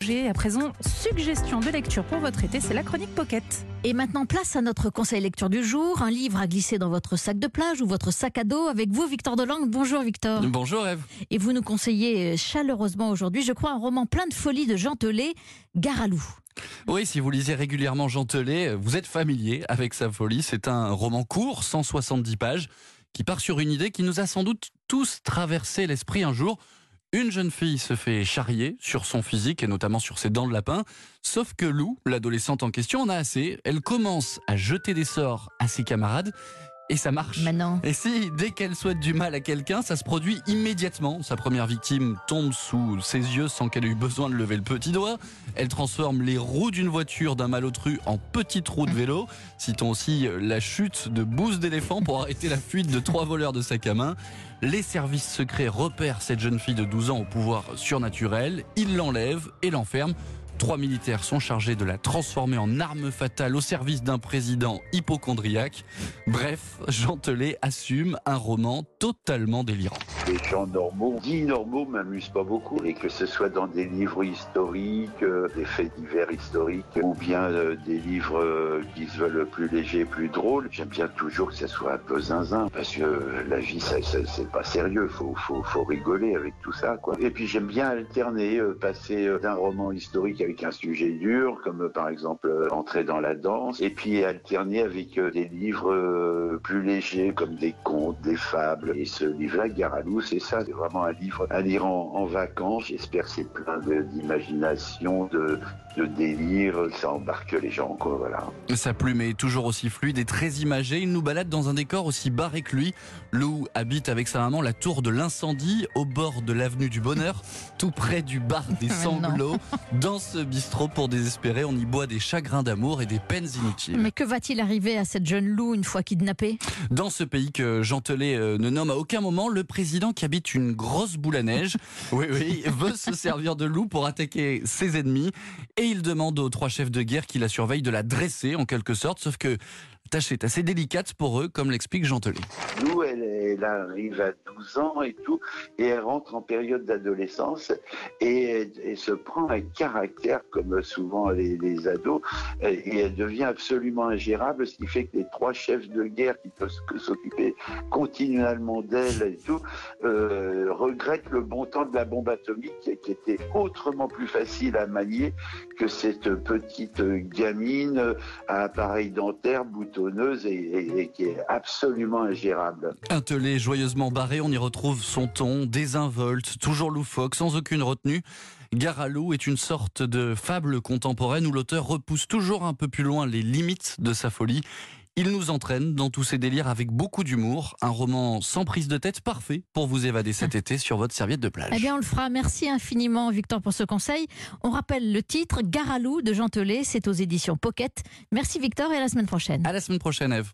À présent, suggestion de lecture pour votre été, c'est la chronique Pocket. Et maintenant, place à notre conseil lecture du jour. Un livre à glisser dans votre sac de plage ou votre sac à dos. Avec vous, Victor Delangle. Bonjour, Victor. Bonjour, Ève. Et vous nous conseillez chaleureusement aujourd'hui, je crois, un roman plein de folie de Jean Telet, Gare à loup. Oui, si vous lisez régulièrement Jean Telet, vous êtes familier avec sa folie. C'est un roman court, 170 pages, qui part sur une idée qui nous a sans doute tous traversé l'esprit un jour. Une jeune fille se fait charrier sur son physique et notamment sur ses dents de lapin. Sauf que Lou, l'adolescente en question, en a assez. Elle commence à jeter des sorts à ses camarades et ça marche. Mais non. Et si, dès qu'elle souhaite du mal à quelqu'un, ça se produit immédiatement. Sa première victime tombe sous ses yeux sans qu'elle ait eu besoin de lever le petit doigt. Elle transforme les roues d'une voiture d'un malotru en petites roues de vélo. Citons aussi la chute de Bouse d'éléphant pour arrêter la fuite de 3 voleurs de sac à main. Les services secrets repèrent cette jeune fille de 12 ans au pouvoir surnaturel. Ils l'enlèvent et l'enferment. 3 militaires sont chargés de la transformer en arme fatale au service d'un président hypocondriaque. Bref, Jean Telet assume un roman totalement délirant. Les gens normaux, dits normaux, m'amusent pas beaucoup. Et que ce soit dans des livres historiques, des faits divers historiques, ou bien des livres qui se veulent plus légers, plus drôles, j'aime bien toujours que ça soit un peu zinzin. Parce que la vie, c'est pas sérieux. Faut rigoler avec tout ça, quoi. Et puis j'aime bien alterner, passer d'un roman historique avec un sujet dur, comme par exemple Entrer dans la danse, et puis alterner avec des livres plus légers, comme des contes, des fables. Et ce livre-là, Gare à loup, c'est ça, c'est vraiment un livre à lire en vacances. J'espère que c'est plein d'imagination, de délire, ça embarque les gens, quoi, voilà. Sa plume est toujours aussi fluide et très imagée. Il nous balade dans un décor aussi barré que lui. Lou habite avec sa maman la tour de l'incendie, au bord de l'avenue du Bonheur, tout près du bar des sanglots. Dans ce bistrot pour désespérer, on y boit des chagrins d'amour et des peines inutiles. Mais que va-t-il arriver à cette jeune Lou une fois kidnappée ? Dans ce pays que Jean Telet ne nomme à aucun moment, le président qui habite une grosse boule à neige, oui, veut se servir de Lou pour attaquer ses ennemis. Et il demande aux 3 chefs de guerre qui la surveillent de la dresser en quelque sorte, sauf que la tâche est assez délicate pour eux, comme l'explique Jean Telet. Lou, elle arrive à 12 ans et tout, et elle rentre en période d'adolescence, et elle se prend un caractère, comme souvent les ados, et elle devient absolument ingérable, ce qui fait que les 3 chefs de guerre qui peuvent s'occuper continuellement d'elle et tout, regrettent le bon temps de la bombe atomique, qui était autrement plus facile à manier que cette petite gamine à appareil dentaire, boutonneuse et qui est absolument ingérable. Un Telet joyeusement barré, on y retrouve son ton désinvolte, toujours loufoque, sans aucune retenue. Gare à loup est une sorte de fable contemporaine où l'auteur repousse toujours un peu plus loin les limites de sa folie. Il nous entraîne dans tous ses délires avec beaucoup d'humour. Un roman sans prise de tête, parfait pour vous évader cet été sur votre serviette de plage. Eh bien, on le fera. Merci infiniment, Victor, pour ce conseil. On rappelle le titre, Gare à loup de Jean Telet. C'est aux éditions Pocket. Merci, Victor, et à la semaine prochaine. À la semaine prochaine, Ève.